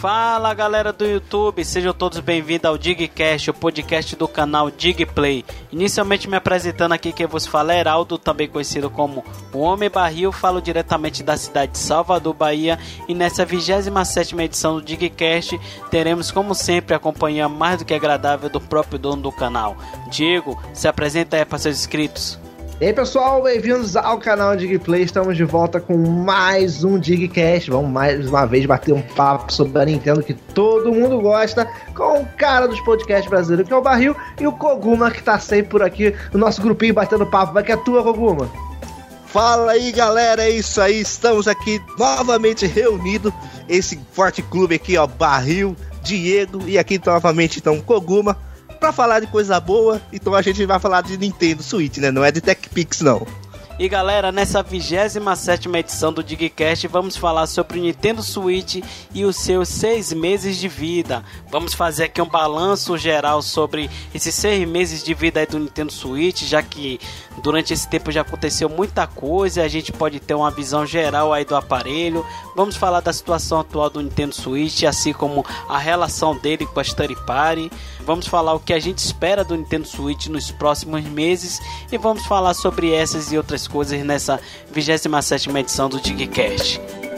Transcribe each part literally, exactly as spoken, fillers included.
Fala galera do YouTube, sejam todos bem-vindos ao DigCast, o podcast do canal DigPlay. Inicialmente me apresentando aqui, quem vos fala é Heraldo, também conhecido como o Homem Barril. Falo diretamente da cidade de Salvador, Bahia. E nessa vigésima sétima edição do DigCast teremos, como sempre, a companhia mais do que agradável do próprio dono do canal. Diego, se apresenta aí para seus inscritos. E aí pessoal, bem-vindos ao canal DigPlay, estamos de volta com mais um DigCast. Vamos mais uma vez bater um papo sobre a Nintendo que todo mundo gosta, com o cara dos podcasts brasileiros, que é o Barril, e o Koguma, que tá sempre por aqui no nosso grupinho batendo papo. Vai que é tua, Koguma. Fala aí galera, é isso aí, estamos aqui novamente reunidos, esse forte clube aqui, ó, Barril, Diego e aqui novamente então Koguma, pra falar de coisa boa. Então a gente vai falar de Nintendo Switch, né? Não é de TechPix, não. E galera, nessa vigésima sétima edição do DigCast vamos falar sobre o Nintendo Switch e os seus seis meses de vida. Vamos fazer aqui um balanço geral sobre esses seis meses de vida aí do Nintendo Switch, já que durante esse tempo já aconteceu muita coisa e a gente pode ter uma visão geral aí do aparelho. Vamos falar da situação atual do Nintendo Switch, assim como a relação dele com a Third Party. Vamos falar o que a gente espera do Nintendo Switch nos próximos meses e vamos falar sobre essas e outras coisas nessa vigésima sétima edição do DigCast.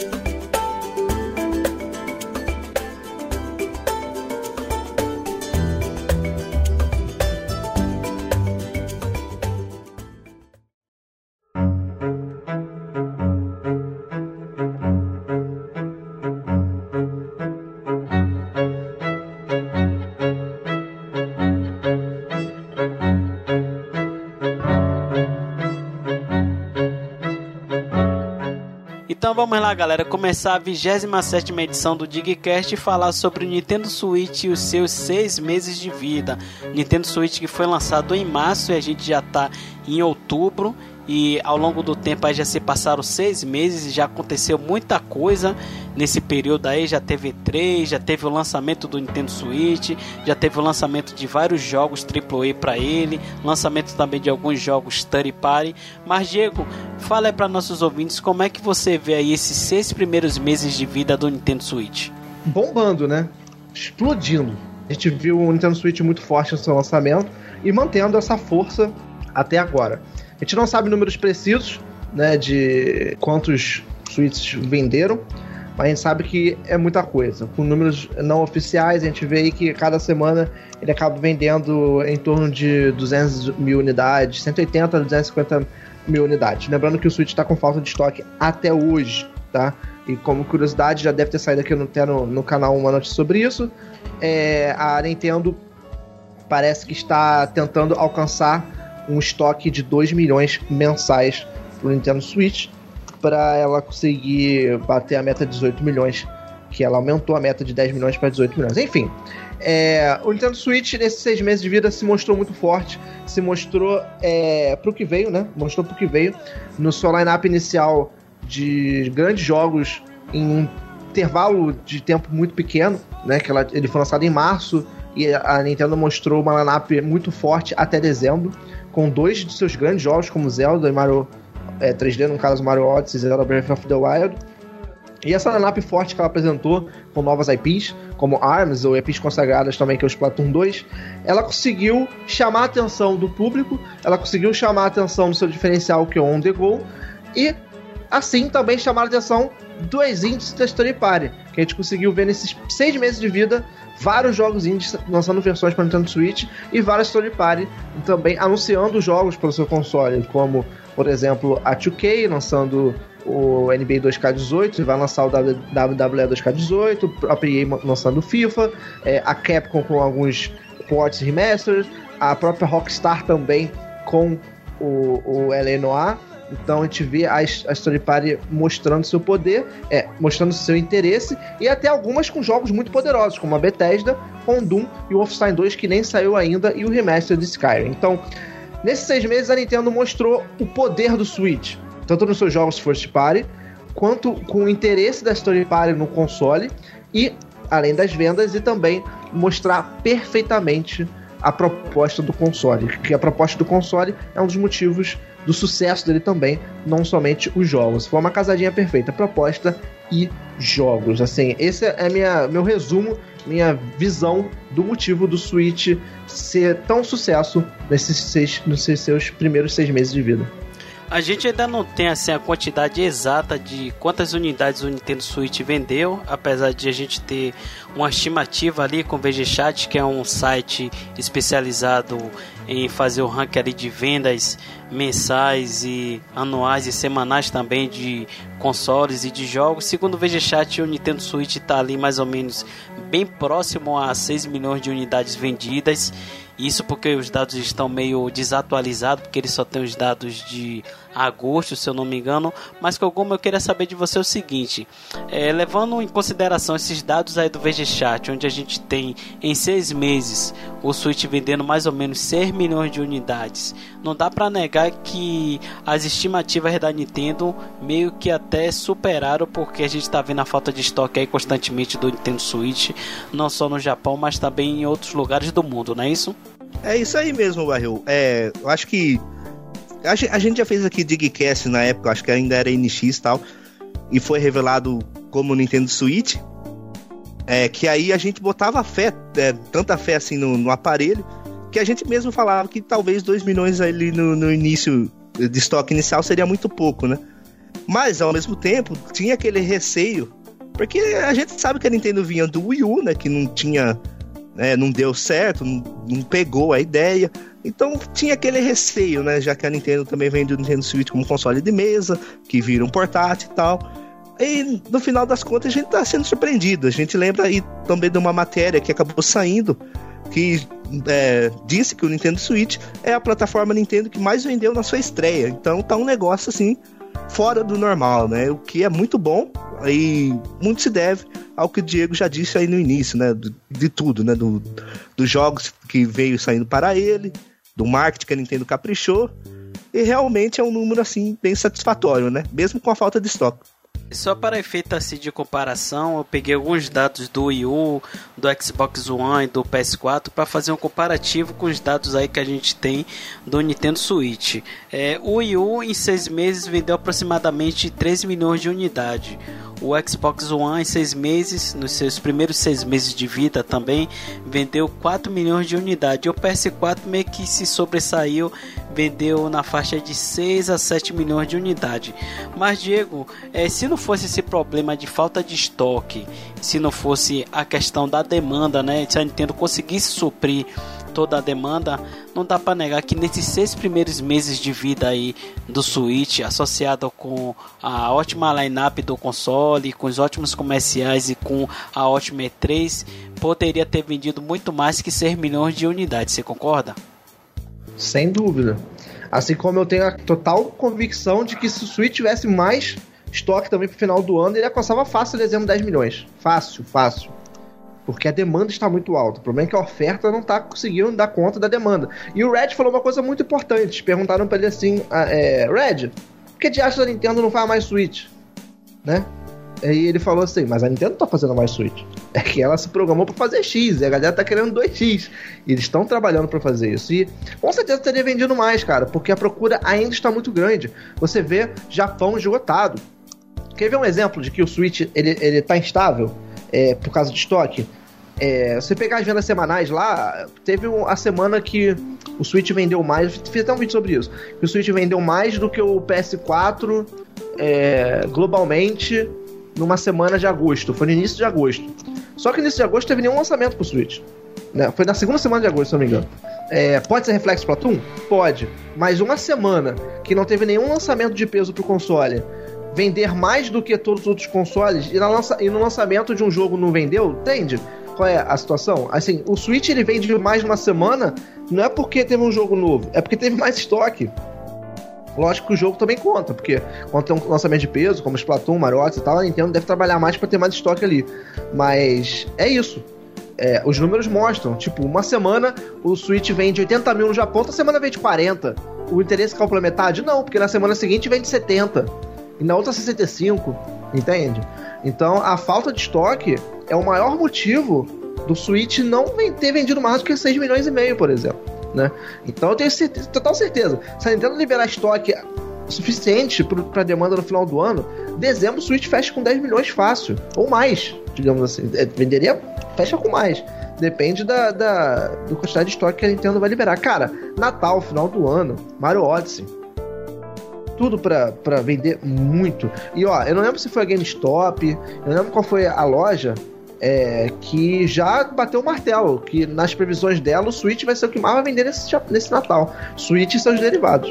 Então vamos lá galera, começar a vigésima sétima edição do DigCast e falar sobre o Nintendo Switch e os seus seis meses de vida. Nintendo Switch que foi lançado em março e a gente já está em outubro. E ao longo do tempo aí já se passaram seis meses e já aconteceu muita coisa nesse período aí. Já teve E três, já teve o lançamento do Nintendo Switch, já teve o lançamento de vários jogos triplo A para ele, lançamento também de alguns jogos Third Party. Mas Diego, fala aí para nossos ouvintes como é que você vê aí esses seis primeiros meses de vida do Nintendo Switch. Bombando, né? Explodindo. A gente viu o Nintendo Switch muito forte no seu lançamento e mantendo essa força até agora. A gente não sabe números precisos, né, de quantos Switches venderam, mas a gente sabe que é muita coisa. Com números não oficiais, a gente vê aí que cada semana ele acaba vendendo em torno de duzentas mil unidades, cento e oitenta a duzentas e cinquenta mil unidades. Lembrando que o Switch está com falta de estoque até hoje, tá? E como curiosidade, já deve ter saído aqui no, no, no canal uma notícia sobre isso. É, a Nintendo parece que está tentando alcançar um estoque de dois milhões mensais pro Nintendo Switch, para ela conseguir bater a meta de dezoito milhões, que ela aumentou a meta de dez milhões para dezoito milhões. Enfim, é, o Nintendo Switch nesses seis meses de vida se mostrou muito forte, se mostrou é, pro que veio, né? Mostrou pro que veio no seu line-up inicial de grandes jogos em um intervalo de tempo muito pequeno, né? Que ela, ele foi lançado em março e a Nintendo mostrou uma line-up muito forte até dezembro, com dois de seus grandes jogos, como Zelda e Mario é, três D, no caso Mario Odyssey e Zelda Breath of the Wild. E essa line-up forte que ela apresentou, com novas I Ps, como ARMS, ou I Ps consagradas também, que é o Splatoon dois, ela conseguiu chamar a atenção do público, ela conseguiu chamar a atenção do seu diferencial, que é o On The Go, e assim também chamar a atenção dos indies da Third Party, que a gente conseguiu ver nesses seis meses de vida vários jogos indies lançando versões para Nintendo Switch e várias Third Party também anunciando jogos para o seu console, como, por exemplo, a dois K lançando o N B A dois K dezoito, vai lançar o W W E dois K dezoito, a P E A lançando o FIFA, é, a Capcom com alguns ports remasters, a própria Rockstar também com o, o L A Noire. Então a gente vê as, as Third Party mostrando seu poder, é, mostrando seu interesse, e até algumas com jogos muito poderosos, como a Bethesda, com Doom e o Wolfenstein dois, que nem saiu ainda, e o remaster de Skyrim. Então, nesses seis meses a Nintendo mostrou o poder do Switch, tanto nos seus jogos First Party, quanto com o interesse das Third Party no console, e além das vendas, e também mostrar perfeitamente a proposta do console, que a proposta do console é um dos motivos do sucesso dele também, não somente os jogos. Foi uma casadinha perfeita. A proposta e jogos. Assim, esse é minha, meu resumo, minha visão do motivo do Switch ser tão sucesso nesses, seis, nesses seus primeiros seis meses de vida. A gente ainda não tem assim a quantidade exata de quantas unidades o Nintendo Switch vendeu, apesar de a gente ter uma estimativa ali com o V G Chat, que é um site especializado em fazer o ranking ali de vendas mensais e anuais e semanais também de consoles e de jogos. Segundo o V G Chat, o Nintendo Switch está ali mais ou menos bem próximo a seis milhões de unidades vendidas. Isso porque os dados estão meio desatualizados, porque eles só têm os dados de agosto, se eu não me engano. Mas, Koguma, eu queria saber de você o seguinte, é, levando em consideração esses dados aí do V G Chat, onde a gente tem em seis meses o Switch vendendo mais ou menos seis milhões de unidades, não dá para negar que as estimativas da Nintendo meio que até superaram, porque a gente está vendo a falta de estoque aí constantemente do Nintendo Switch, não só no Japão, mas também em outros lugares do mundo, não é isso? É isso aí mesmo, Barril. É, eu acho que a gente já fez aqui Digcast na época, acho que ainda era N X e tal, e foi revelado como Nintendo Switch, é, que aí a gente botava fé, é, tanta fé assim no, no aparelho, que a gente mesmo falava que talvez dois milhões ali no, no início de estoque inicial seria muito pouco, né? Mas ao mesmo tempo tinha aquele receio, porque a gente sabe que a Nintendo vinha do Wii U, né, que não tinha, né, não deu certo, não, não pegou a ideia. Então tinha aquele receio, né? Já que a Nintendo também vem do Nintendo Switch como console de mesa, que vira um portátil e tal. E no final das contas a gente tá sendo surpreendido. A gente lembra aí também de uma matéria que acabou saindo, que é, disse que o Nintendo Switch é a plataforma Nintendo que mais vendeu na sua estreia. Então tá um negócio assim, fora do normal, né? O que é muito bom e muito se deve ao que o Diego já disse aí no início, né? De, de tudo, né? Do, dos jogos que veio saindo para ele, do marketing que a Nintendo caprichou, e realmente é um número assim bem satisfatório, né? Mesmo com a falta de estoque. Só para efeito assim de comparação, eu peguei alguns dados do Wii U, do Xbox One e do P S quatro para fazer um comparativo com os dados aí que a gente tem do Nintendo Switch. É, o Wii U em seis meses vendeu aproximadamente treze milhões de unidades. O Xbox One em seis meses, nos seus primeiros seis meses de vida também, vendeu quatro milhões de unidades. E o P S quatro meio que se sobressaiu, vendeu na faixa de seis a sete milhões de unidades. Mas, Diego, é, se não fosse esse problema de falta de estoque, se não fosse a questão da demanda, né, se a Nintendo conseguisse suprir toda a demanda, não dá para negar que nesses seis primeiros meses de vida aí do Switch, associado com a ótima line-up do console, com os ótimos comerciais e com a ótima E três, poderia ter vendido muito mais que seis milhões de unidades, você concorda? Sem dúvida. Assim como eu tenho a total convicção de que se o Switch tivesse mais estoque também pro final do ano, ele alcançava fácil dezembro dez milhões. Fácil, fácil. Porque a demanda está muito alta. O problema é que a oferta não está conseguindo dar conta da demanda. E o Red falou uma coisa muito importante. Perguntaram para ele assim, é, Red, por que diacho da Nintendo não faz mais Switch? Né? Aí ele falou assim, mas a Nintendo não tá fazendo mais Switch. É que ela se programou para fazer X, e a galera tá querendo dois X. E eles estão trabalhando para fazer isso. E com certeza teria vendido mais, cara, porque a procura ainda está muito grande. Você vê Japão esgotado. Quer ver um exemplo de que o Switch ele, ele tá instável? É, por causa de estoque, é, você pegar as vendas semanais lá, teve um, a semana que o Switch vendeu mais, fiz até um vídeo sobre isso, que o Switch vendeu mais do que o P S quatro é, globalmente numa semana de agosto, foi no início de agosto. Só que no início de agosto teve nenhum lançamento pro Switch, né? Foi na segunda semana de agosto, se não me engano. É, pode ser reflexo Splatoon? Pode, mas uma semana que não teve nenhum lançamento de peso pro console, vender mais do que todos os outros consoles e, na lança, e no lançamento de um jogo não vendeu, entende? Qual é a situação? Assim, o Switch ele vende mais numa semana, não é porque teve um jogo novo, é porque teve mais estoque. Lógico que o jogo também conta, porque quando tem um lançamento de peso, como Splatoon, Mario Odyssey e tal, a Nintendo deve trabalhar mais pra ter mais estoque ali. Mas é isso. É, os números mostram, tipo, uma semana o Switch vende oitenta mil no Japão, outra semana vende quarenta. O interesse calcula metade? Não, porque na semana seguinte vende setenta. E na outra sessenta e cinco, entende? Então a falta de estoque é o maior motivo do Switch não ter vendido mais do que seis milhões e meio, por exemplo, né? Então eu tenho certeza, total certeza, se a Nintendo liberar estoque suficiente para demanda no final do ano, dezembro o Switch fecha com dez milhões fácil, ou mais, digamos assim. É, venderia, fecha com mais. Depende da, da do quantidade de estoque que a Nintendo vai liberar. Cara, Natal, final do ano, Mario Odyssey, tudo pra, pra vender muito. E ó, eu não lembro se foi a GameStop, eu não lembro qual foi a loja é, que já bateu o martelo, que nas previsões dela o Switch vai ser o que mais vai vender nesse, nesse Natal. Switch e seus derivados.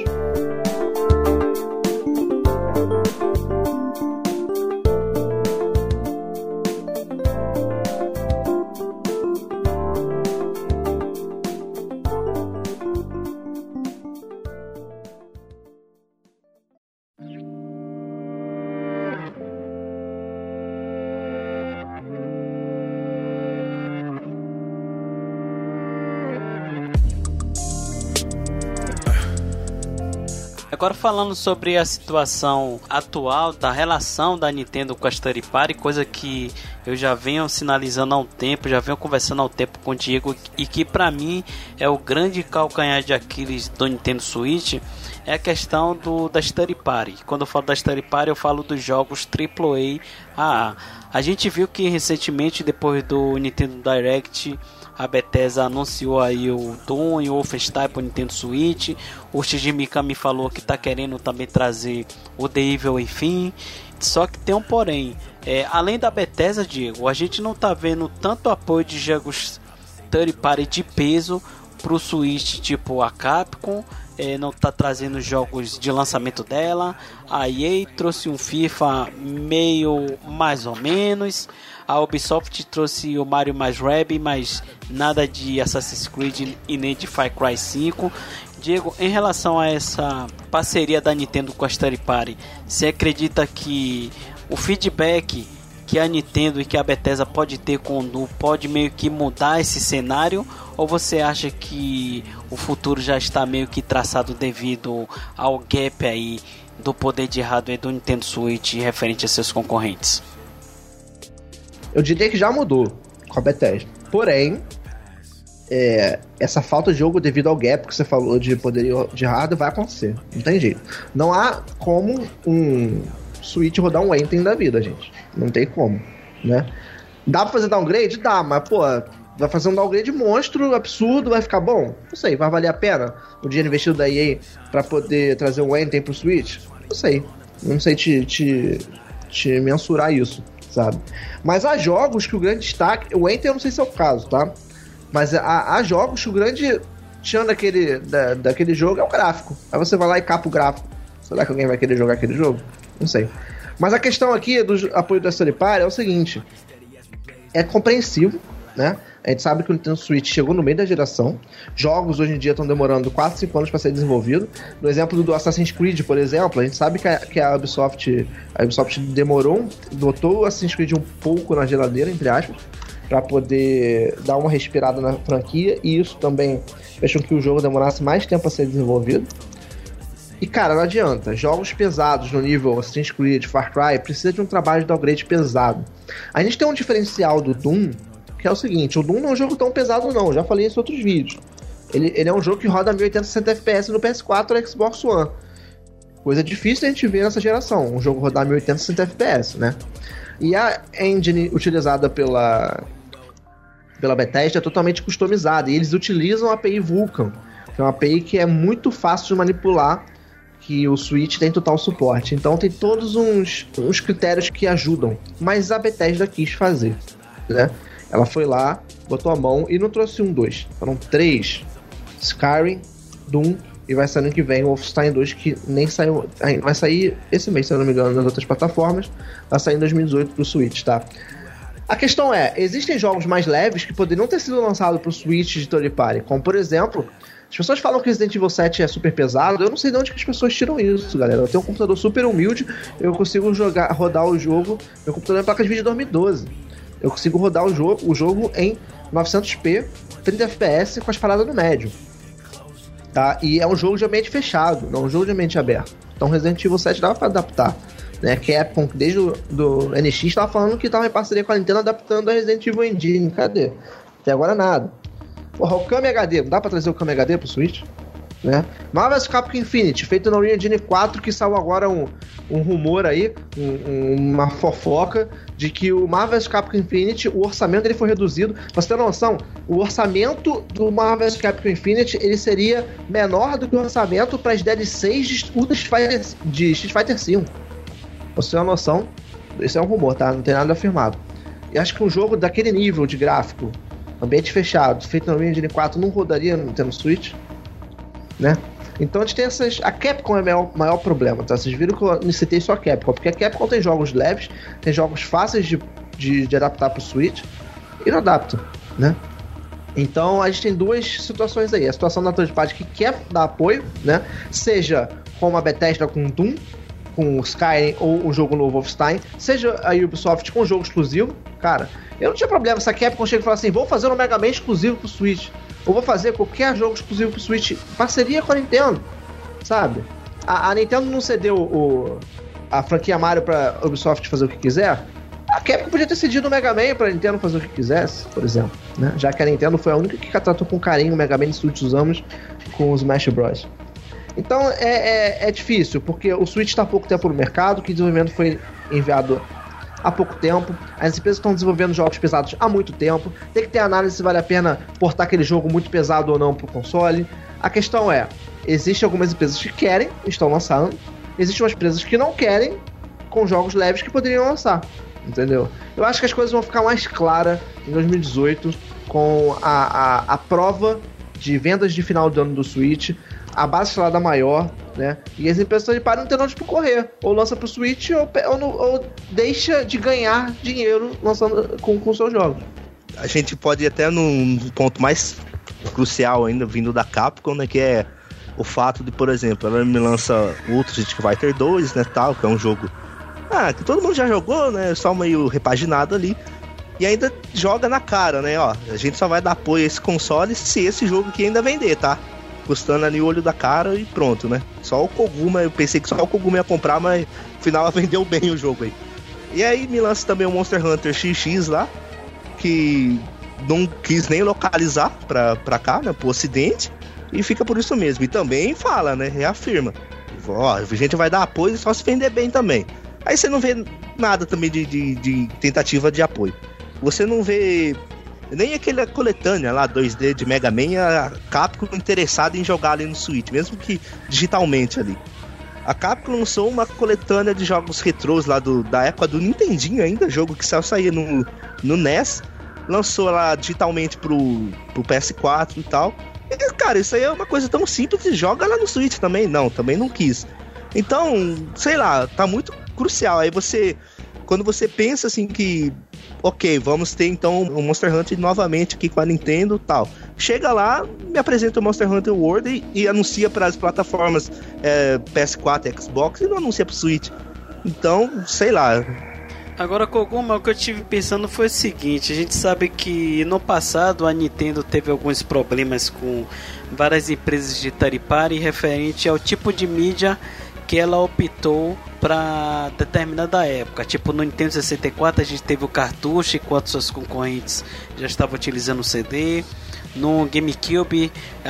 Agora falando sobre a situação atual da relação da Nintendo com a Third Party, coisa que eu já venho sinalizando há um tempo, já venho conversando há um tempo com o Diego, e que pra mim é o grande calcanhar de Aquiles do Nintendo Switch, é a questão do, da Third Party. Quando eu falo da Third Party, eu falo dos jogos triplo A A A. A gente viu que recentemente, depois do Nintendo Direct, a Bethesda anunciou aí o Doom e o Wolfenstein para o Nintendo Switch. O Shinji Mikami falou que está querendo também trazer o The Evil, enfim. Só que tem um porém. É, além da Bethesda, Diego, a gente não está vendo tanto apoio de jogos third party de peso para o Switch, tipo a Capcom. É, não está trazendo jogos de lançamento dela. A E A trouxe um FIFA meio mais ou menos. A Ubisoft trouxe o Mario mais Rabbids, mas nada de Assassin's Creed e nem de Far Cry cinco. Diego, em relação a essa parceria da Nintendo com a Third Party, você acredita que o feedback que a Nintendo e que a Bethesda pode ter com o Nu pode meio que mudar esse cenário? Ou você acha que o futuro já está meio que traçado devido ao gap aí do poder de hardware do Nintendo Switch referente a seus concorrentes? Eu diria que já mudou com a Bethesda. Porém, é, essa falta de jogo devido ao gap que você falou de poderio de hardware vai acontecer. Não tem jeito. Não há como um Switch rodar um Anthem da vida, gente. Não tem como, né? Dá pra fazer downgrade? Dá, mas, pô, vai fazer um downgrade monstro, absurdo, vai ficar bom? Não sei, vai valer a pena o dinheiro investido da E A pra poder trazer um Anthem pro Switch? Não sei. Não sei te, te, te mensurar isso, sabe? Mas há jogos que o grande destaque... O Anthem eu não sei se é o caso, tá? Mas há, há jogos que o grande tchan daquele, da, daquele jogo é o gráfico. Aí você vai lá e capa o gráfico. Será que alguém vai querer jogar aquele jogo? Não sei. Mas a questão aqui do apoio da Third Party é o seguinte. É compreensivo, né? A gente sabe que o Nintendo Switch chegou no meio da geração. Jogos hoje em dia estão demorando quatro, cinco anos para ser desenvolvido. No exemplo do Assassin's Creed, por exemplo, a gente sabe que a, que a Ubisoft a Ubisoft demorou, botou o Assassin's Creed um pouco na geladeira, entre aspas, para poder dar uma respirada na franquia, e isso também fez com que o jogo demorasse mais tempo a ser desenvolvido. E cara, não adianta, jogos pesados no nível Assassin's Creed, Far Cry, precisa de um trabalho de downgrade pesado. A gente tem um diferencial do Doom, que é o seguinte: o Doom não é um jogo tão pesado não, já falei isso em outros vídeos. Ele, ele é um jogo que roda mil e oitenta, sessenta F P S no P S quatro e Xbox One. Coisa difícil a gente ver nessa geração, um jogo rodar mil e oitenta, sessenta F P S, né? E a engine utilizada pela, pela Bethesda é totalmente customizada, e eles utilizam a A P I Vulkan, que é uma A P I que é muito fácil de manipular, que o Switch tem total suporte. Então tem todos uns, uns critérios que ajudam, mas a Bethesda quis fazer, né? Ela foi lá, botou a mão e não trouxe um, dois. Foram três. Skyrim, Doom, e vai sair ano que vem o Wolfenstein dois, que nem saiu... Vai sair esse mês, se eu não me engano, nas outras plataformas. Vai sair em dois mil e dezoito pro Switch, tá? A questão é, existem jogos mais leves que poderiam ter sido lançados pro Switch de third party, como por exemplo... As pessoas falam que Resident Evil sete é super pesado. Eu não sei de onde que as pessoas tiram isso, galera. Eu tenho um computador super humilde, eu consigo jogar, rodar o jogo... Meu computador é placa de vídeo de dois mil e doze. Eu consigo rodar o jogo, o jogo em novecentos p, trinta F P S com as paradas no médio, tá? E é um jogo de ambiente fechado, não é um jogo de ambiente aberto. Então Resident Evil sete dava pra adaptar, né? Capcom, desde o do N X, tava falando que tava em parceria com a Nintendo adaptando a Resident Evil Engine. Cadê? Até agora nada. Porra, o Kami H D, não dá pra trazer o Kami H D pro Switch? né? Marvel versus. Capcom Infinite, feito na Unreal Engine quatro, que saiu agora um, um rumor aí, um, uma fofoca, de que o Marvel versus. Capcom Infinite, o orçamento dele foi reduzido. Pra você ter noção, o orçamento do Marvel versus. Capcom Infinite, ele seria menor do que o orçamento para as D L Cs de, de Street Fighter cinco. Pra você ter uma noção, esse é um rumor, tá? Não tem nada afirmado. E acho que um jogo daquele nível de gráfico, ambiente fechado, feito na Unreal Engine quatro, não rodaria no Nintendo Switch, né? Então a gente tem essas... A Capcom é o maior, maior problema, tá? Vocês viram que eu citei só a Capcom, porque a Capcom tem jogos leves, tem jogos fáceis de, de, de adaptar pro Switch, e não adapta, né? Então a gente tem duas situações aí. A situação da third party que quer dar apoio, né? Seja como a Bethesda com Doom, com Skyrim ou um jogo novo Wolfenstein, seja a Ubisoft com um jogo exclusivo. Cara, eu não tinha problema se a Capcom chega e fala assim, vou fazer um Mega Man exclusivo pro Switch, ou vou fazer qualquer jogo exclusivo pro Switch, parceria com a Nintendo, sabe? A, a Nintendo não cedeu o, a franquia Mario pra Ubisoft fazer o que quiser. A Capcom podia ter cedido o Mega Man pra Nintendo fazer o que quisesse, por exemplo, né? Já que a Nintendo foi a única que tratou com carinho o Mega Man nos últimos anos com os Smash Bros. Então é, é, é difícil, porque o Switch está há pouco tempo no mercado, que o desenvolvimento foi enviado há pouco tempo, as empresas estão desenvolvendo jogos pesados há muito tempo, tem que ter análise se vale a pena portar aquele jogo muito pesado ou não para o console. A questão é, existem algumas empresas que querem, estão lançando, existem umas empresas que não querem, com jogos leves que poderiam lançar, entendeu? Eu acho que as coisas vão ficar mais claras em dois mil e dezoito, com a, a, a prova de vendas de final de ano do Switch, a base instalada maior, né? E as empresas param não ter onde pra correr. Ou lança pro Switch ou, ou, ou deixa de ganhar dinheiro lançando com, com seus jogos. A gente pode ir até num ponto mais crucial ainda, vindo da Capcom, né? Que é o fato de, por exemplo, ela me lança Ultra Street Fighter dois, né? Tal, que é um jogo ah, que todo mundo já jogou, né? Só meio repaginado ali. E ainda joga na cara, né? Ó, a gente só vai dar apoio a esse console se esse jogo aqui ainda vender, tá? Custando ali o olho da cara e pronto, né? Só o Koguma, eu pensei que só o Koguma ia comprar, mas no final vendeu bem o jogo aí. E aí me lança também o Monster Hunter X X lá, que não quis nem localizar pra, pra cá, né? Pro ocidente, e fica por isso mesmo. E também fala, né? Reafirma. Ó, a gente vai dar apoio só se vender bem também. Aí você não vê nada também de, de, de tentativa de apoio. Você não vê nem aquela coletânea lá, dois D de Mega Man, a Capcom interessada em jogar ali no Switch, mesmo que digitalmente ali. A Capcom lançou uma coletânea de jogos retrôs lá do, da época do Nintendinho ainda, jogo que só saía no, no N E S, lançou lá digitalmente pro, pro P S quatro e tal. E, cara, isso aí é uma coisa tão simples, e joga lá no Switch também. Não, também não quis. Então, sei lá, tá muito crucial. Aí você, quando você pensa assim que ok, vamos ter então o Monster Hunter novamente aqui com a Nintendo e tal. Chega lá, me apresenta o Monster Hunter World e, e anuncia para as plataformas é, P S quatro e Xbox e não anuncia pro Switch. Então, sei lá. Agora, Koguma, o que eu tive pensando foi o seguinte: a gente sabe que no passado a Nintendo teve alguns problemas com várias empresas de third party referente ao tipo de mídia que ela optou para determinada época. Tipo, no Nintendo sessenta e quatro a gente teve o cartucho, enquanto seus concorrentes já estavam utilizando o C D. No GameCube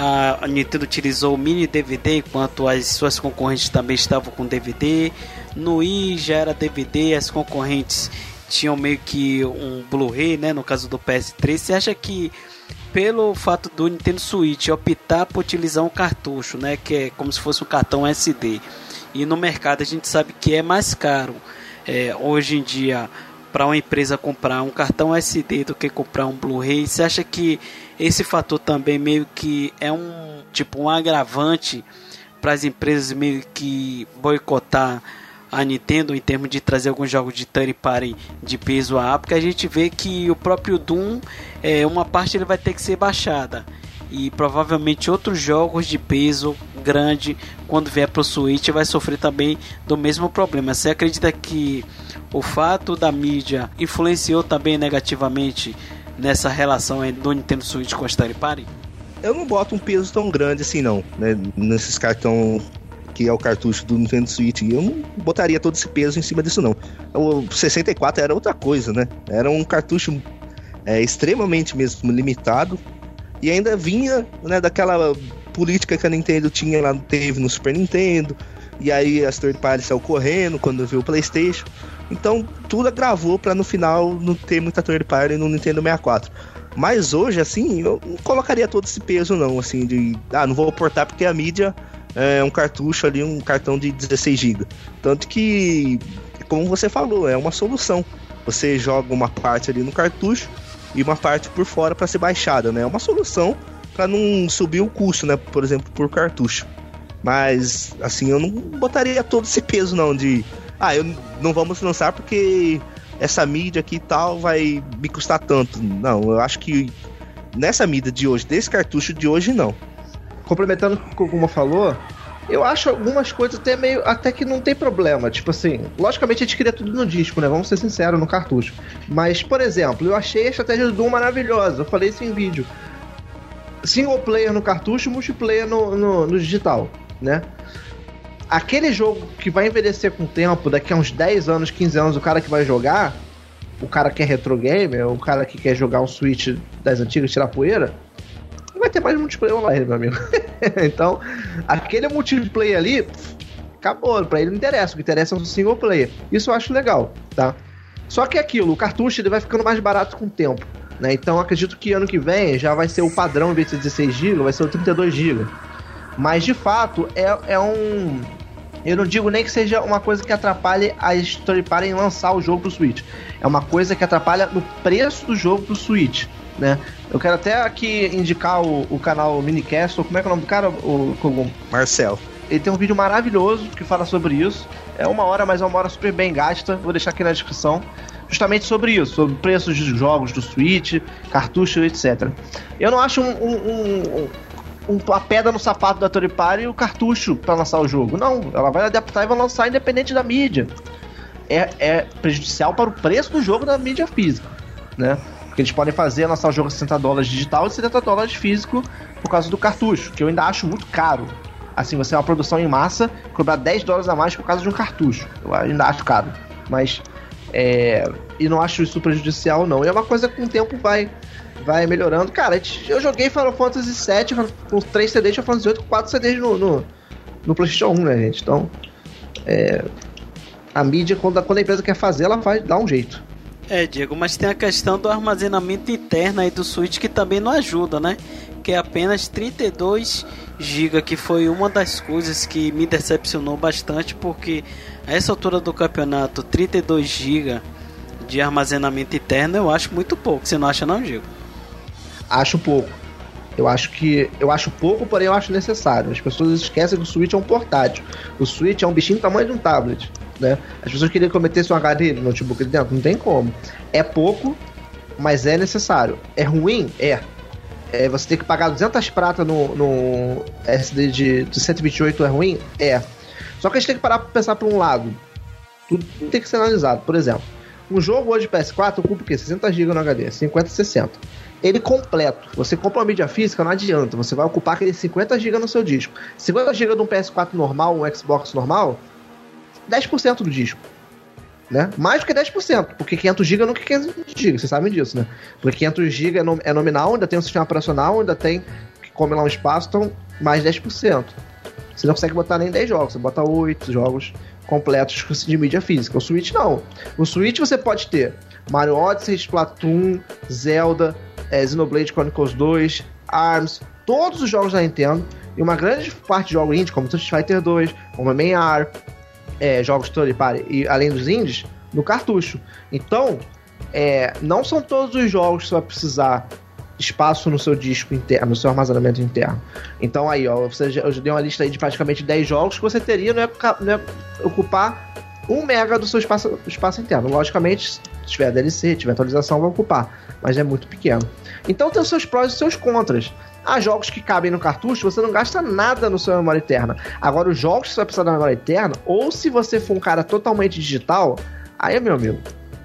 a Nintendo utilizou o mini D V D, enquanto as suas concorrentes também estavam com D V D. No Wii já era D V D, as concorrentes tinham meio que um Blu-ray, né, no caso do P S três. Você acha que pelo fato do Nintendo Switch optar por utilizar um cartucho, né, que é como se fosse um cartão S D, e no mercado a gente sabe que é mais caro é, hoje em dia para uma empresa comprar um cartão S D do que comprar um Blu-ray, você acha que esse fator também meio que é um tipo um agravante para as empresas meio que boicotar a Nintendo em termos de trazer alguns jogos de third party de peso A? Porque a gente vê que o próprio Doom, é, uma parte ele vai ter que ser baixada, e provavelmente outros jogos de peso grande, quando vier para o Switch, vai sofrer também do mesmo problema. Você acredita que o fato da mídia influenciou também negativamente nessa relação do Nintendo Switch com a third party? Eu não boto um peso tão grande assim não, né, nesses cartão que é o cartucho do Nintendo Switch. Eu não botaria todo esse peso em cima disso não. O sessenta e quatro era outra coisa, né? Era um cartucho é, extremamente mesmo limitado, e ainda vinha, né, daquela política que a Nintendo tinha lá, teve no Super Nintendo, e aí as third parties saiu correndo quando viu o PlayStation. Então tudo agravou pra no final não ter muita third party no Nintendo sessenta e quatro. Mas hoje, assim, eu não colocaria todo esse peso não, assim, de, ah, não vou portar porque a mídia é um cartucho ali, um cartão de dezesseis gigas. Tanto que, como você falou, é uma solução. Você joga uma parte ali no cartucho e uma parte por fora para ser baixada, né? É uma solução para não subir o custo, né? Por exemplo, por cartucho. Mas, assim, eu não botaria todo esse peso não de, ah, eu não vamos lançar porque essa mídia aqui e tal vai me custar tanto. Não, eu acho que nessa mídia de hoje, desse cartucho de hoje, não. Complementando o que o Koguma falou, eu acho algumas coisas até meio, até que não tem problema. Tipo assim, logicamente a gente queria tudo no disco, né? Vamos ser sinceros, no cartucho. Mas, por exemplo, eu achei a estratégia do Doom maravilhosa. Eu falei isso em vídeo. Single player no cartucho, multiplayer no, no, no digital, né? Aquele jogo que vai envelhecer com o tempo, daqui a uns dez anos, quinze anos, o cara que vai jogar, o cara que é retro gamer, o cara que quer jogar um Switch das antigas, tirar poeira, não vai ter mais multiplayer online, meu amigo. Então, aquele multiplayer ali, acabou, pra ele não interessa, o que interessa é um single player. Isso eu acho legal, tá? Só que é aquilo, o cartucho ele vai ficando mais barato com o tempo, né? Então acredito que ano que vem já vai ser o padrão, em vez de ser dezesseis gigas, vai ser o trinta e dois gigas. Mas de fato é, é um... Eu não digo nem que seja uma coisa que atrapalhe a third party em lançar o jogo pro Switch. É uma coisa que atrapalha no preço do jogo pro Switch, né? Eu quero até aqui indicar o, o canal Minicast, ou como é que é o nome do cara? O Kogum? Marcel. Ele tem um vídeo maravilhoso que fala sobre isso. É uma hora, mas é uma hora super bem gasta. Vou deixar aqui na descrição. Justamente sobre isso, sobre preços de jogos do Switch, cartucho, etcétera. Eu não acho um... um, um, um a pedra no sapato da third party e o cartucho para lançar o jogo. Não, ela vai adaptar e vai lançar independente da mídia. É, é prejudicial para o preço do jogo da mídia física, né? Porque eles podem fazer, lançar o jogo a sessenta dólares digital e setenta dólares físico por causa do cartucho, que eu ainda acho muito caro. Assim, você é uma produção em massa, cobrar dez dólares a mais por causa de um cartucho. Eu ainda acho caro. Mas, é... E não acho isso prejudicial, não. E é uma coisa que com o tempo vai... vai melhorando. Cara, eu joguei Final Fantasy sete com três C Ds, Final Fantasy oito com quatro C Ds no, no, no PlayStation um, né, gente? Então, é, a mídia, quando a, quando a empresa quer fazer, ela vai dar um jeito. É, Diego, mas tem a questão do armazenamento interno aí do Switch que também não ajuda, né? Que é apenas trinta e dois gigas, que foi uma das coisas que me decepcionou bastante, porque a essa altura do campeonato, trinta e dois gigas de armazenamento interno eu acho muito pouco. Você não acha não, Diego? Acho pouco. Eu acho que eu acho pouco, porém eu acho necessário. As pessoas esquecem que o Switch é um portátil. O Switch é um bichinho do tamanho de um tablet, né? As pessoas queriam que eu metesse um H D no notebook ali dentro, não tem como. É pouco, mas é necessário. É ruim? É. É, você tem que pagar duzentas pratas no, no S D de, de cento e vinte e oito, é ruim? É. Só que a gente tem que parar pra pensar por um lado. Tudo tem que ser analisado. Por exemplo, um jogo hoje de P S quatro ocupa o quê? sessenta gigas no H D, cinquenta, sessenta. Ele completo. Você compra uma mídia física, não adianta. Você vai ocupar aqueles cinquenta gigas no seu disco. cinquenta gigas de um P S quatro normal, um Xbox normal, dez por cento do disco. Né? Mais do que dez por cento, porque quinhentos gigas não é quinhentos gigas, vocês sabem disso, né? Porque quinhentos gigas é, nom- é nominal, ainda tem um sistema operacional, ainda tem que come lá um espaço, então mais dez por cento. Você não consegue botar nem dez jogos, você bota oito jogos completos de mídia física. O Switch não. O Switch você pode ter Mario Odyssey, Splatoon, Zelda, é, Xenoblade Chronicles dois, ARMS, todos os jogos da Nintendo, e uma grande parte de jogos indie, como Street Fighter dois, como M M R, é, jogos third party, e além dos indies, no cartucho. Então, é, não são todos os jogos que você vai precisar espaço no seu disco interno, no seu armazenamento interno. Então aí, ó, você já, eu já dei uma lista aí de praticamente dez jogos que você teria, não é, não é ocupar um mega do seu espaço, espaço interno. Logicamente, se tiver D L C, tiver atualização, vai ocupar, mas é muito pequeno. Então tem os seus prós e os seus contras. Há jogos que cabem no cartucho, você não gasta nada no seu memória interna. Agora, os jogos que você vai precisar da memória interna, ou se você for um cara totalmente digital, aí, meu amigo,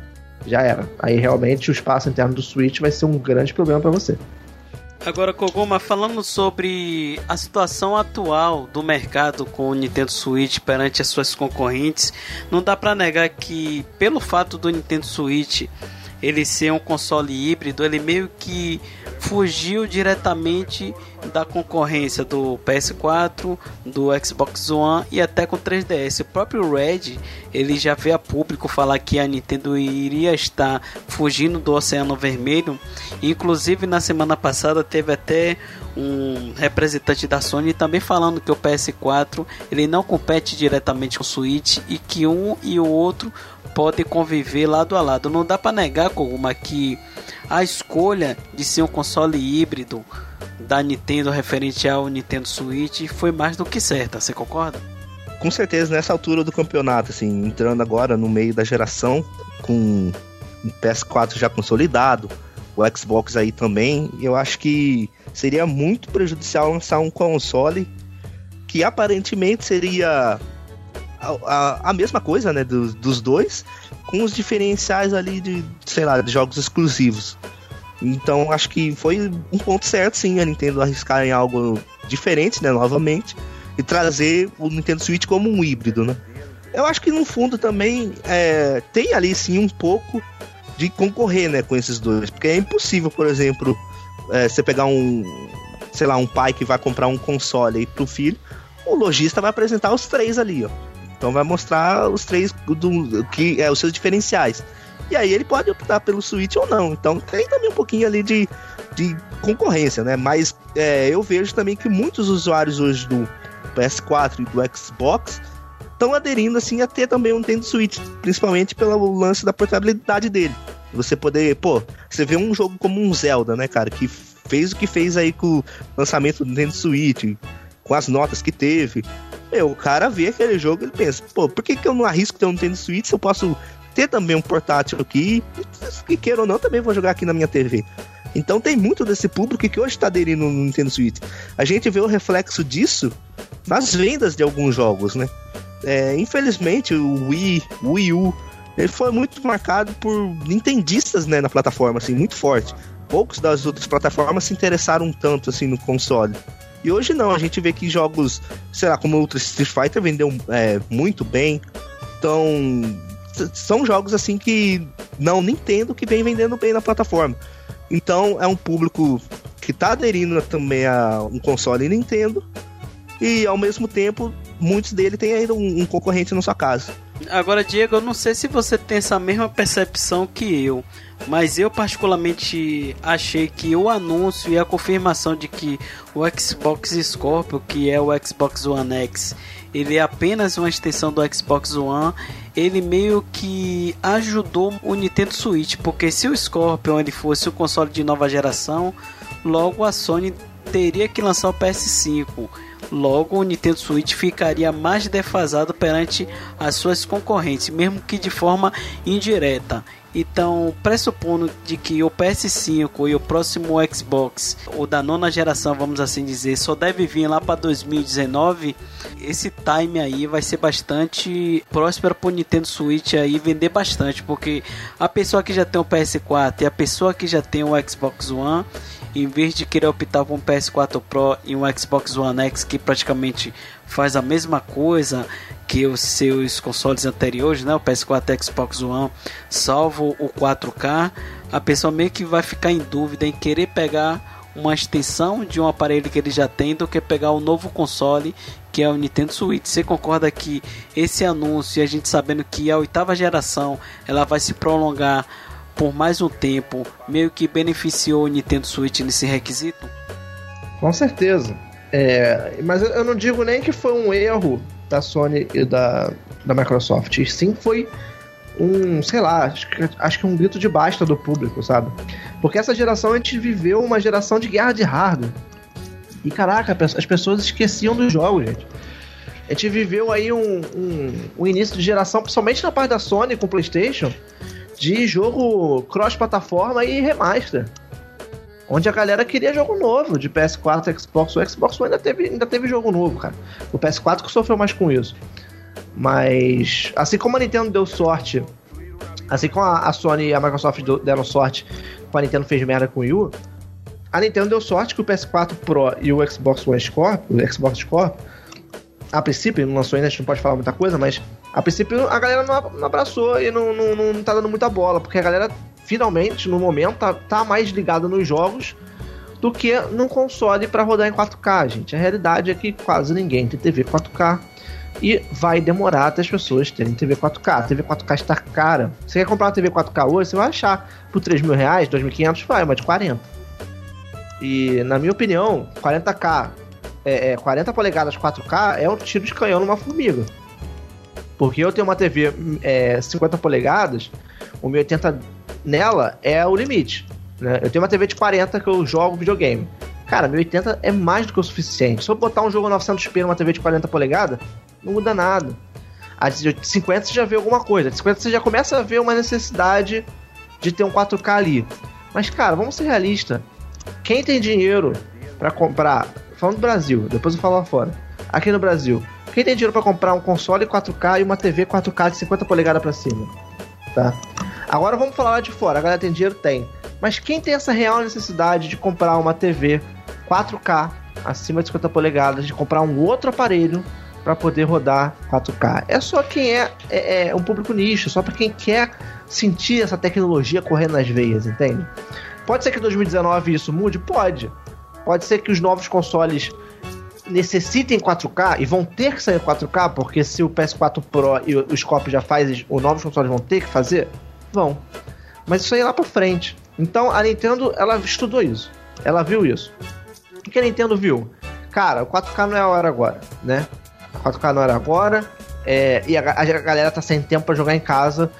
já era. Aí realmente o espaço interno do Switch vai ser um grande problema para você. Agora, Koguma, falando sobre a situação atual do mercado com o Nintendo Switch perante as suas concorrentes, não dá para negar que, pelo fato do Nintendo Switch ele ser um console híbrido, ele meio que fugiu diretamente da concorrência do P S quatro, do Xbox One e até com três D S. O próprio Red, ele já veio a público falar que a Nintendo iria estar fugindo do Oceano Vermelho. Inclusive na semana passada teve até um representante da Sony também falando que o P S quatro ele não compete diretamente com o Switch e que um e o outro podem conviver lado a lado. Não dá para negar, Koguma, que a escolha de ser um console híbrido da Nintendo referente ao Nintendo Switch foi mais do que certa, você concorda? Com certeza, nessa altura do campeonato, assim, entrando agora no meio da geração, com o P S quatro já consolidado, o Xbox aí também, eu acho que seria muito prejudicial lançar um console que aparentemente seria a, a, a mesma coisa, né, dos, dos dois, com os diferenciais ali de, sei lá, de jogos exclusivos. Então acho que foi um ponto certo, sim, a Nintendo arriscar em algo diferente, né, novamente, e trazer o Nintendo Switch como um híbrido, né. Eu acho que no fundo também é, tem ali sim um pouco de concorrer, né, com esses dois, porque é impossível, por exemplo, é, você pegar um, sei lá, um pai que vai comprar um console aí pro filho, o lojista vai apresentar os três ali, ó. Então vai mostrar os três do, que é os seus diferenciais. E aí ele pode optar pelo Switch ou não. Então tem também um pouquinho ali de, de concorrência, né? Mas é, eu vejo também que muitos usuários hoje do P S quatro e do Xbox estão aderindo assim a ter também um Nintendo Switch, principalmente pelo lance da portabilidade dele. Você poder, pô, você vê um jogo como um Zelda, né, cara, que fez o que fez aí com o lançamento do Nintendo Switch, com as notas que teve. Meu, o cara vê aquele jogo e ele pensa, pô, por que, que eu não arrisco ter um Nintendo Switch se eu posso ter também um portátil aqui e, que queira ou não, também vou jogar aqui na minha T V. Então tem muito desse público que hoje está aderindo no Nintendo Switch. A gente vê o reflexo disso nas vendas de alguns jogos, né? É, infelizmente o Wii, o Wii U, ele foi muito marcado por nintendistas, né, na plataforma, assim, muito forte. Poucos das outras plataformas se interessaram tanto assim no console. E hoje não, a gente vê que jogos, sei lá, como o Ultra Street Fighter vendeu é, muito bem. Então, são jogos assim que não Nintendo que vem vendendo bem na plataforma. Então, é um público que tá aderindo também a um console Nintendo. E, ao mesmo tempo, muitos dele têm ainda um, um concorrente na sua casa. Agora, Diego, eu não sei se você tem essa mesma percepção que eu, mas eu particularmente achei que o anúncio e a confirmação de que o Xbox Scorpio, que é o Xbox One X, ele é apenas uma extensão do Xbox One, ele meio que ajudou o Nintendo Switch, porque se o Scorpio ele fosse o console de nova geração, logo a Sony teria que lançar o P S cinco. Logo, o Nintendo Switch ficaria mais defasado perante as suas concorrentes, mesmo que de forma indireta. Então, pressupondo de que o P S cinco e o próximo Xbox, o da nona geração, vamos assim dizer, só deve vir lá para dois mil e dezenove, esse time aí vai ser bastante próspero para o Nintendo Switch aí vender bastante, porque a pessoa que já tem o P S quatro e a pessoa que já tem o Xbox One, em vez de querer optar por um P S quatro Pro e um Xbox One X que praticamente faz a mesma coisa que os seus consoles anteriores, né, o P S quatro e o Xbox One, salvo o quatro K, a pessoa meio que vai ficar em dúvida em querer pegar uma extensão de um aparelho que ele já tem do que pegar o novo console que é o Nintendo Switch. Você concorda que esse anúncio, e a gente sabendo que a oitava geração ela vai se prolongar por mais um tempo, meio que beneficiou o Nintendo Switch nesse requisito? Com certeza. É, mas eu não digo nem que foi um erro da Sony e da, da Microsoft. E sim foi um, sei lá, acho que, acho que um grito de basta do público, sabe? Porque essa geração a gente viveu uma geração de guerra de hardware. E caraca, as pessoas esqueciam dos jogos, gente. A gente viveu aí um, um, um início de geração, principalmente na parte da Sony com o PlayStation, de jogo cross-plataforma e remaster, onde a galera queria jogo novo de P S quatro, Xbox. O Xbox One ainda teve, ainda teve jogo novo, cara. O P S quatro que sofreu mais com isso. Mas, assim como a Nintendo deu sorte, assim como a, a Sony e a Microsoft deram sorte com a Nintendo fez merda com o Wii U, a Nintendo deu sorte que o P S quatro Pro e o Xbox One Scorpio, o Xbox Scorpio, a princípio, não lançou ainda, a gente não pode falar muita coisa, mas a princípio a galera não, não abraçou e não, não, não tá dando muita bola, porque a galera finalmente, no momento, tá, tá mais ligada nos jogos do que num console para rodar em quatro K, gente. A realidade é que quase ninguém tem T V quatro K e vai demorar até as pessoas terem T V quatro K. A T V quatro K está cara. Você quer comprar uma T V quatro K hoje, você vai achar por três mil reais, dois mil e quinhentos, vai, uma de quarenta. E, na minha opinião, quarenta K, é, é, quarenta polegadas quatro K é um tiro de canhão numa formiga. Porque eu tenho uma T V é, cinquenta polegadas, o mil e oitenta nela é o limite, né? Eu tenho uma T V de quarenta que eu jogo videogame. Cara, mil e oitenta é mais do que o suficiente. Se eu botar um jogo novecentos p numa T V de quarenta polegadas, não muda nada. A de cinquenta você já vê alguma coisa. A de cinquenta você já começa a ver uma necessidade de ter um quatro K ali. Mas, cara, vamos ser realistas. Quem tem dinheiro pra comprar... Falando do Brasil, depois eu falo lá fora. Aqui no Brasil, quem tem dinheiro pra comprar um console quatro K e uma T V quatro K de cinquenta polegadas pra cima? Tá? Agora vamos falar lá de fora. A galera tem dinheiro? Tem. Mas quem tem essa real necessidade de comprar uma T V quatro K acima de cinquenta polegadas, de comprar um outro aparelho para poder rodar quatro K? É só quem é, é, é um público nicho, só para quem quer sentir essa tecnologia correndo nas veias, entende? Pode ser que em dois mil e dezenove isso mude? Pode. Pode ser que os novos consoles necessitem quatro K e vão ter que sair quatro K, porque se o P S quatro Pro e o Scorpio já faz, os novos consoles vão ter que fazer? Vão. Mas isso aí é lá pra frente. Então a Nintendo, ela estudou isso. Ela viu isso. O que a Nintendo viu? Cara, o quatro K não é a hora agora, né? O quatro K não era agora, é, e a, a galera tá sem tempo pra jogar em casa,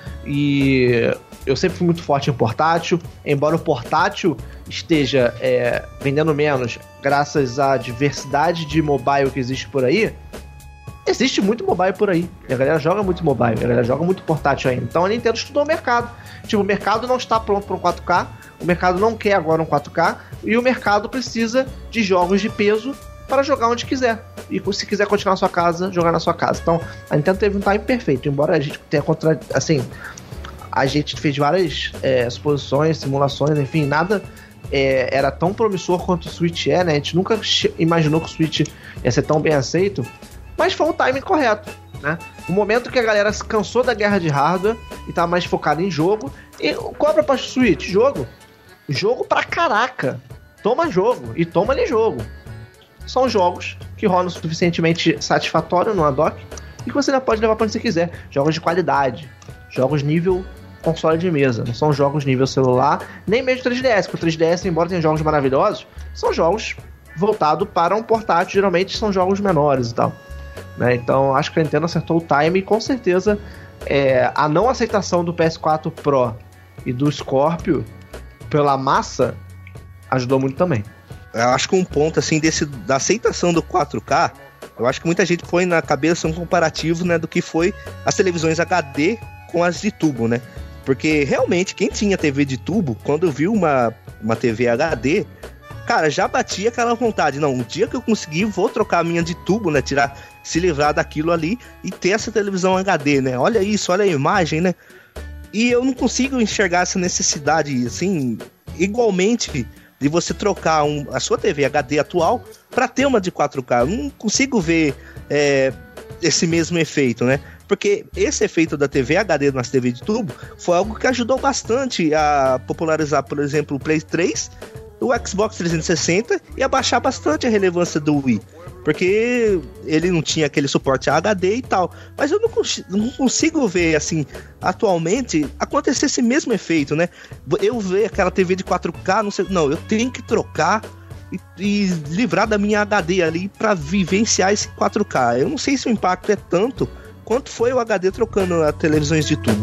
e eu sempre fui muito forte em portátil, embora o portátil esteja é, vendendo menos graças à diversidade de mobile que existe por aí. Existe muito mobile por aí, e a galera joga muito mobile, a galera joga muito portátil ainda. Então a Nintendo estudou o mercado. Tipo, o mercado não está pronto para um quatro K, o mercado não quer agora um quatro K, e o mercado precisa de jogos de peso para jogar onde quiser. E se quiser continuar na sua casa, jogar na sua casa. Então, a Nintendo teve um time perfeito, embora a gente tenha contra... assim, a gente fez várias é, suposições, simulações, enfim, nada é, era tão promissor quanto o Switch é, né? A gente nunca imaginou que o Switch ia ser tão bem aceito, mas foi um timing correto, né? O momento que a galera se cansou da guerra de hardware e tá mais focada em jogo. E qual a proposta do Switch? Jogo. Jogo pra caraca. Toma jogo. E toma ali jogo. São jogos que rodam suficientemente satisfatório no dock e que você ainda pode levar pra onde você quiser. Jogos de qualidade. Jogos nível console de mesa. Não são jogos nível celular, nem mesmo três D S. Porque o três D S, embora tenha jogos maravilhosos, são jogos voltados para um portátil. Geralmente são jogos menores e tal. Né? Então acho que a Nintendo acertou o time, e com certeza é, a não aceitação do P S quatro Pro e do Scorpio pela massa ajudou muito também. Eu acho que um ponto assim desse, da aceitação do quatro K, eu acho que muita gente põe na cabeça um comparativo, né, do que foi as televisões H D com as de tubo, né? Porque realmente quem tinha T V de tubo, quando viu uma, uma T V H D, cara, já batia aquela vontade. Não, um dia que eu conseguir, vou trocar a minha de tubo, né? Tirar, se livrar daquilo ali e ter essa televisão H D, né? Olha isso, olha a imagem, né? E eu não consigo enxergar essa necessidade, assim, igualmente de você trocar um, a sua T V H D atual para ter uma de quatro K. Eu não consigo ver é, esse mesmo efeito, né? Porque esse efeito da T V H D nas T V de tubo foi algo que ajudou bastante a popularizar, por exemplo, o Play três, o Xbox trezentos e sessenta e abaixar bastante a relevância do Wii. Porque ele não tinha aquele suporte a H D e tal. Mas eu não, cons- não consigo ver, assim, atualmente, acontecer esse mesmo efeito, né? Eu ver aquela T V de quatro K, não sei... Não, eu tenho que trocar e, e livrar da minha H D ali pra vivenciar esse quatro K. Eu não sei se o impacto é tanto quanto foi o H D trocando as televisões de tubo.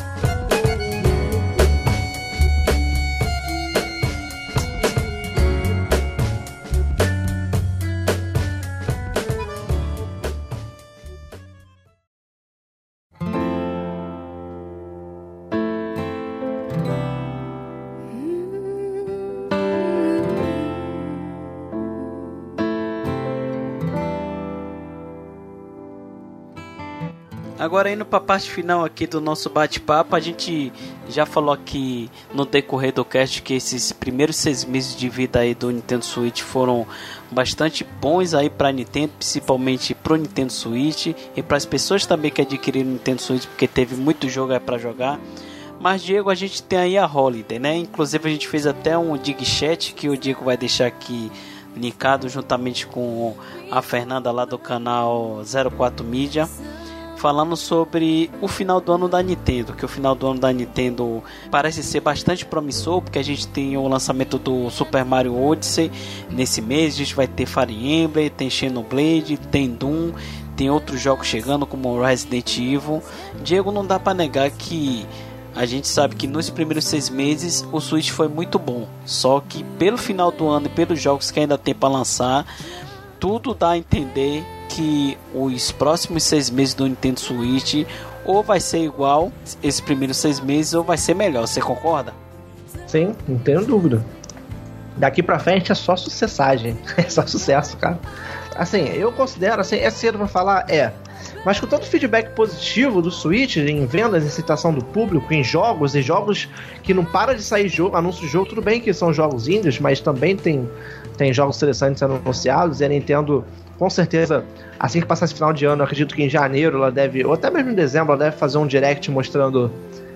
Agora indo para a parte final aqui do nosso bate-papo, a gente já falou aqui no decorrer do cast que esses primeiros seis meses de vida aí do Nintendo Switch foram bastante bons aí para a Nintendo, principalmente pro Nintendo Switch e para as pessoas também que adquiriram o Nintendo Switch, porque teve muito jogo aí para jogar. Mas, Diego, a gente tem aí a Holiday, né? Inclusive a gente fez até um Dig Chat que o Diego vai deixar aqui linkado juntamente com a Fernanda lá do canal zero quatro Mídia, falando sobre o final do ano da Nintendo, que o final do ano da Nintendo parece ser bastante promissor, porque a gente tem o lançamento do Super Mario Odyssey nesse mês, a gente vai ter Fire Emblem, tem Xenoblade, tem Doom, tem outros jogos chegando como Resident Evil. Diego, não dá para negar que a gente sabe que nos primeiros seis meses o Switch foi muito bom, só que pelo final do ano e pelos jogos que ainda tem para lançar, tudo dá a entender que os próximos seis meses do Nintendo Switch ou vai ser igual esses primeiros seis meses ou vai ser melhor, você concorda? Sim, não tenho dúvida. Daqui pra frente é só sucessagem, é só sucesso, cara. Assim, eu considero, assim, é cedo pra falar, é, mas com todo o feedback positivo do Switch em vendas, em citação do público, em jogos, e jogos que não para de sair jogo, anúncio de jogo, tudo bem que são jogos indies, mas também tem, tem jogos interessantes sendo anunciados, e a Nintendo, com certeza, assim que passar esse final de ano, eu acredito que em janeiro ela deve, ou até mesmo em dezembro, ela deve fazer um direct mostrando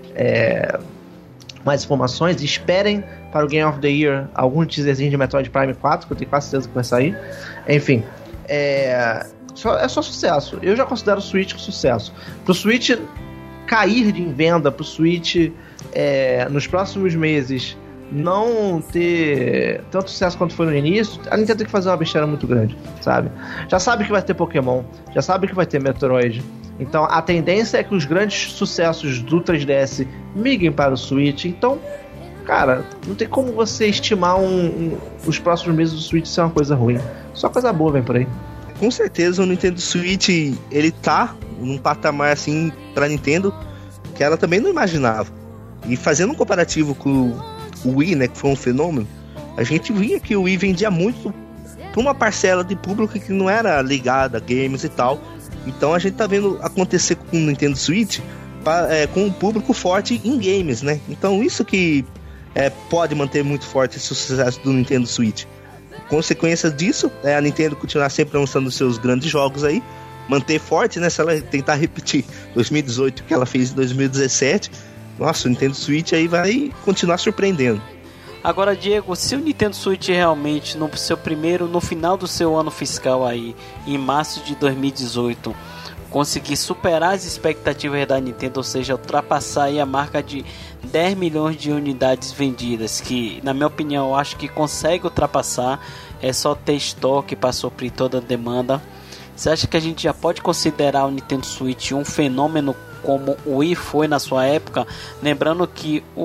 é, mais informações. Esperem para o Game of the Year algum teaserzinho de Metroid Prime quatro, que eu tenho quase certeza que vai sair. Enfim, é só, é só sucesso. Eu já considero o Switch um sucesso. Pro Switch cair em venda, pro Switch é, nos próximos meses não ter tanto sucesso quanto foi no início, a Nintendo tem que fazer uma besteira muito grande, sabe? Já sabe que vai ter Pokémon, já sabe que vai ter Metroid. Então a tendência é que os grandes sucessos do três D S migrem para o Switch. Então, cara, não tem como você estimar um, um, os próximos meses do Switch ser uma coisa ruim. Só coisa boa vem por aí. Com certeza o Nintendo Switch, ele tá num patamar assim pra Nintendo que ela também não imaginava. E fazendo um comparativo com o Wii, né, que foi um fenômeno, a gente via que o Wii vendia muito pra uma parcela de público que não era ligada a games e tal. Então a gente tá vendo acontecer com o Nintendo Switch pra, é, com um público forte em games, né? Então isso que é, pode manter muito forte esse sucesso do Nintendo Switch. Consequência disso é a Nintendo continuar sempre lançando seus grandes jogos aí, manter forte, né? Se ela tentar repetir dois mil e dezoito, que ela fez em dois mil e dezessete, nossa, o Nintendo Switch aí vai continuar surpreendendo. Agora, Diego, se o Nintendo Switch realmente no seu primeiro, no final do seu ano fiscal aí, em março de dois mil e dezoito, conseguir superar as expectativas da Nintendo, ou seja, ultrapassar aí a marca de dez milhões de unidades vendidas, que na minha opinião eu acho que consegue ultrapassar, é só ter estoque para suprir toda a demanda. Você acha que a gente já pode considerar o Nintendo Switch um fenômeno como o Wii foi na sua época? Lembrando que o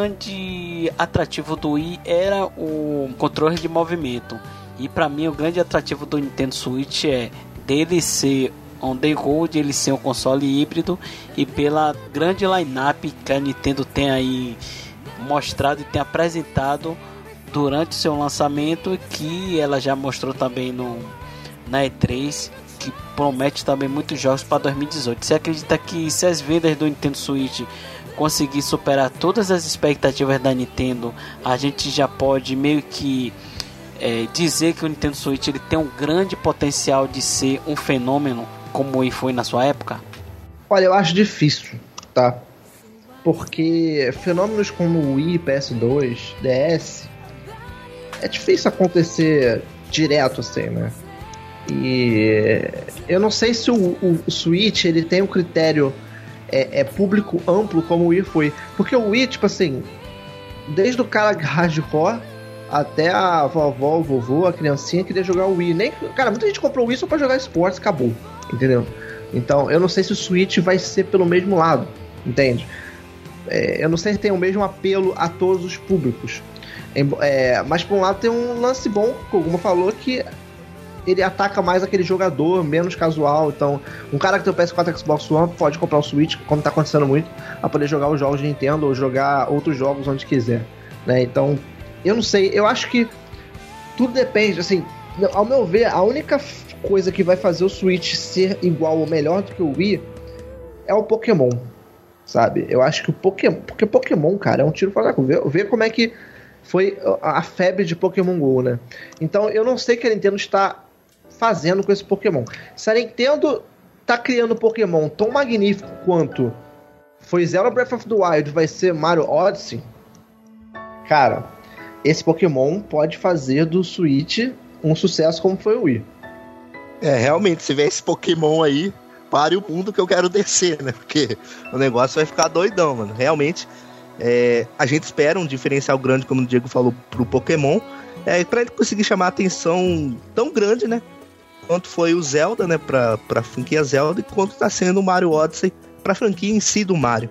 grande atrativo do Wii era o controle de movimento, e para mim o grande atrativo do Nintendo Switch é dele ser on the go, de ele ser um console híbrido, e pela grande line-up que a Nintendo tem aí mostrado e tem apresentado durante o seu lançamento, que ela já mostrou também no, na E três, que promete também muitos jogos para dois mil e dezoito. Você acredita que se as vendas do Nintendo Switch conseguir superar todas as expectativas da Nintendo, a gente já pode meio que é, dizer que o Nintendo Switch ele tem um grande potencial de ser um fenômeno como ele foi na sua época? Olha, eu acho difícil, tá? Porque fenômenos como o Wii, P S dois, D S, é difícil acontecer direto assim, né? E eu não sei se o, o, o Switch ele tem um critério é, é público amplo como o Wii foi. Porque o Wii, tipo assim, desde o cara hardcore até a vovó, o vovô, a criancinha queria jogar o Wii. Nem, cara, muita gente comprou o Wii só pra jogar esportes, acabou. Entendeu? Então, eu não sei se o Switch vai ser pelo mesmo lado, entende? É, eu não sei se tem o mesmo apelo a todos os públicos. É, mas, por um lado, tem um lance bom, que o Koguma falou, que ele ataca mais aquele jogador menos casual. Então, um cara que tem o P S quatro e Xbox One pode comprar o Switch, como tá acontecendo muito, pra poder jogar os jogos de Nintendo ou jogar outros jogos onde quiser, né? Então, eu não sei, eu acho que tudo depende, assim, ao meu ver, a única coisa que vai fazer o Switch ser igual ou melhor do que o Wii é o Pokémon, sabe? Eu acho que o Pokémon, porque Pokémon, cara, é um tiro fora da curva. Vê como é que foi a febre de Pokémon Go, né? Então, eu não sei o que a Nintendo está fazendo com esse Pokémon. Se a Nintendo tá criando Pokémon tão magnífico quanto foi Zelda Breath of the Wild, vai ser Mario Odyssey, cara, esse Pokémon pode fazer do Switch um sucesso como foi o Wii. É, realmente, se vier esse Pokémon aí, pare o mundo que eu quero descer, né? Porque o negócio vai ficar doidão, mano. Realmente, é, a gente espera um diferencial grande, como o Diego falou, pro Pokémon, é, pra ele conseguir chamar a atenção tão grande, né? Quanto foi o Zelda, né? Pra, pra franquia Zelda, e quanto tá sendo o Mario Odyssey pra franquia em si do Mario.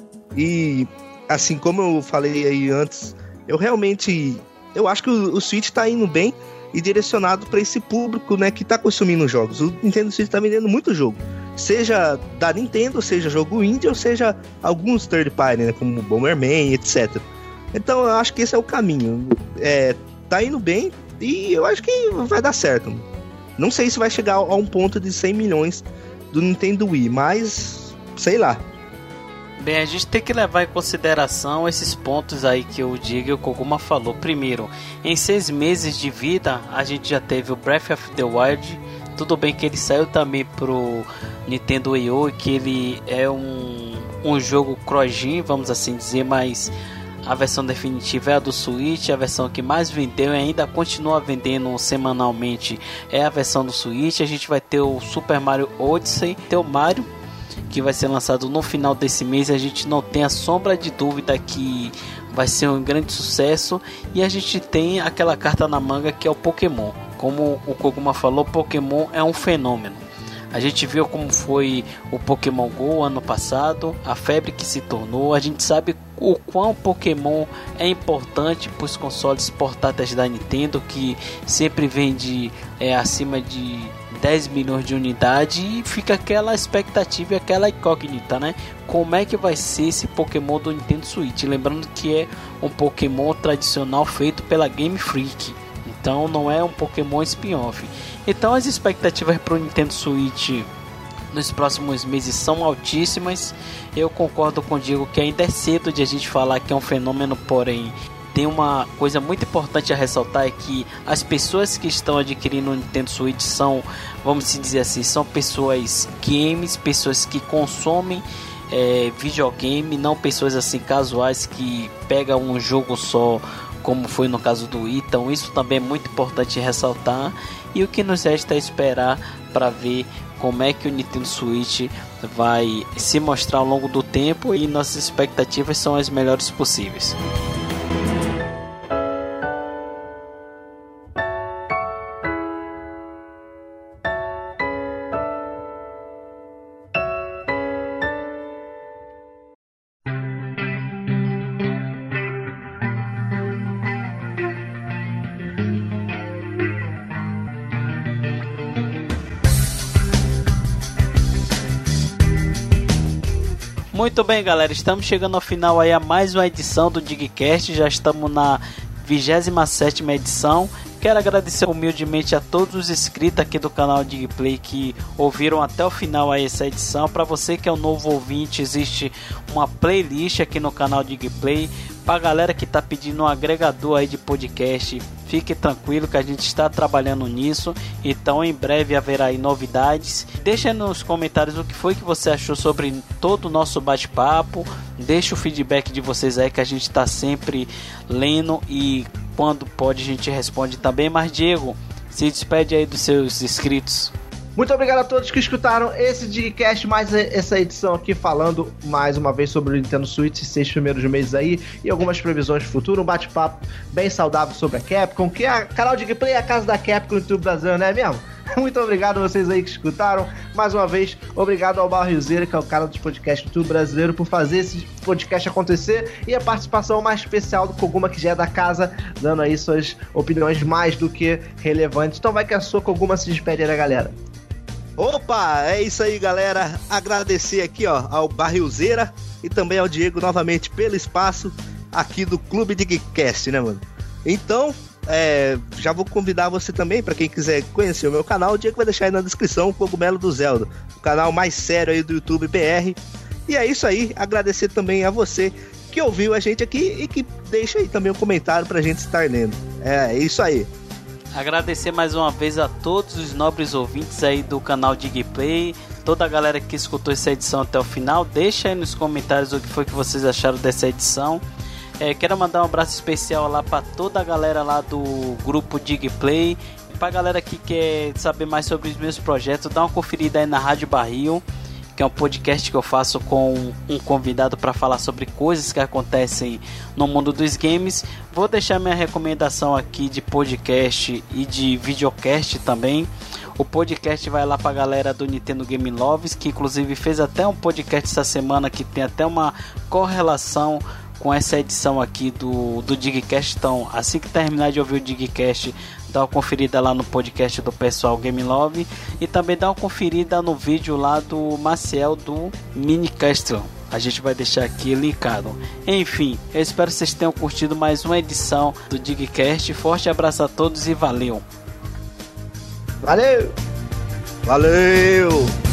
E, assim, como eu falei aí antes, eu realmente... Eu acho que o, o Switch tá indo bem e direcionado para esse público, né, que tá consumindo jogos. O Nintendo Switch tá vendendo muito jogo, seja da Nintendo, seja jogo indie, ou seja alguns third party, né, como Bomberman, etcétera. Então eu acho que esse é o caminho. É, tá indo bem e eu acho que vai dar certo. Não sei se vai chegar a um ponto de cem milhões do Nintendo Wii, mas sei lá. Bem, a gente tem que levar em consideração esses pontos aí que o Diego e o Koguma falou. Primeiro, em seis meses de vida, a gente já teve o Breath of the Wild. Tudo bem que ele saiu também pro Nintendo Wii U, que ele é um, um jogo cross-gen, vamos assim dizer, mas a versão definitiva é a do Switch. A versão que mais vendeu e ainda continua vendendo semanalmente é a versão do Switch. A gente vai ter o Super Mario Odyssey, ter o Mario, que vai ser lançado no final desse mês. A gente não tem a sombra de dúvida que vai ser um grande sucesso. E a gente tem aquela carta na manga que é o Pokémon. Como o Koguma falou, Pokémon é um fenômeno. A gente viu como foi o Pokémon Go ano passado, a febre que se tornou. A gente sabe o quão Pokémon é importante para os consoles portáteis da Nintendo, que sempre vende é, acima de dez milhões de unidades, e fica aquela expectativa e aquela incógnita, né? Como é que vai ser esse Pokémon do Nintendo Switch? Lembrando que é um Pokémon tradicional feito pela Game Freak, então não é um Pokémon spin-off. Então as expectativas para o Nintendo Switch nos próximos meses são altíssimas. Eu concordo com o Diego que ainda é cedo de a gente falar que é um fenômeno, porém tem uma coisa muito importante a ressaltar, é que as pessoas que estão adquirindo o Nintendo Switch são, vamos dizer assim, são pessoas games, pessoas que consomem é, videogame, não pessoas assim casuais que pegam um jogo só, como foi no caso do Wii. Então isso também é muito importante ressaltar, e o que nos resta é esperar para ver como é que o Nintendo Switch vai se mostrar ao longo do tempo, e nossas expectativas são as melhores possíveis. Muito bem, galera, estamos chegando ao final aí a mais uma edição do DigCast. Já estamos na vigésima sétima edição. Quero agradecer humildemente a todos os inscritos aqui do canal DigPlay que ouviram até o final aí essa edição. Para você que é um novo ouvinte, existe uma playlist aqui no canal DigPlay. Para galera que está pedindo um agregador aí de podcast, fique tranquilo que a gente está trabalhando nisso. Então em breve haverá aí novidades. Deixa nos comentários o que foi que você achou sobre todo o nosso bate-papo. Deixa o feedback de vocês aí que a gente está sempre lendo, e quando pode a gente responde também. Mas Diego, se despede aí dos seus inscritos. Muito obrigado a todos que escutaram esse DigCast, mais essa edição aqui, falando mais uma vez sobre o Nintendo Switch, seis primeiros meses aí, e algumas previsões de futuro, um bate-papo bem saudável sobre a Capcom, que é a canal DigPlay é a casa da Capcom no YouTube brasileiro, não é mesmo? Muito obrigado a vocês aí que escutaram. Mais uma vez, obrigado ao Barriozeira, que é o cara dos podcasts do YouTube brasileiro, por fazer esse podcast acontecer, e a participação mais especial do Koguma, que já é da casa, dando aí suas opiniões mais do que relevantes. Então vai que a sua, Koguma, se despede aí da galera. Opa, é isso aí, galera. Agradecer aqui, ó, ao Barrilzeira e também ao Diego novamente pelo espaço aqui do Clube DigCast, né, mano? Então, é, já vou convidar você também, pra quem quiser conhecer o meu canal. O Diego vai deixar aí na descrição o Cogumelo do Zelda, o canal mais sério aí do YouTube B R. E é isso aí. Agradecer também a você que ouviu a gente aqui e que deixa aí também um comentário pra gente estar lendo. É isso aí. Agradecer mais uma vez a todos os nobres ouvintes aí do canal DigPlay, toda a galera que escutou essa edição até o final. Deixa aí nos comentários o que foi que vocês acharam dessa edição. É, quero mandar um abraço especial lá para toda a galera lá do grupo DigPlay. Pra galera que quer saber mais sobre os meus projetos, dá uma conferida aí na Rádio Barril, que é um podcast que eu faço com um convidado para falar sobre coisas que acontecem no mundo dos games. Vou deixar minha recomendação aqui de podcast e de videocast também. O podcast vai lá pra galera do Nintendo Game Loves, que inclusive fez até um podcast essa semana que tem até uma correlação com essa edição aqui do, do DigCast. Então, assim que terminar de ouvir o DigCast, dá uma conferida lá no podcast do pessoal Game Love e também dá uma conferida no vídeo lá do Maciel do Minicastron. A gente vai deixar aqui linkado. Enfim, eu espero que vocês tenham curtido mais uma edição do DigCast. Forte abraço a todos e valeu! Valeu! Valeu!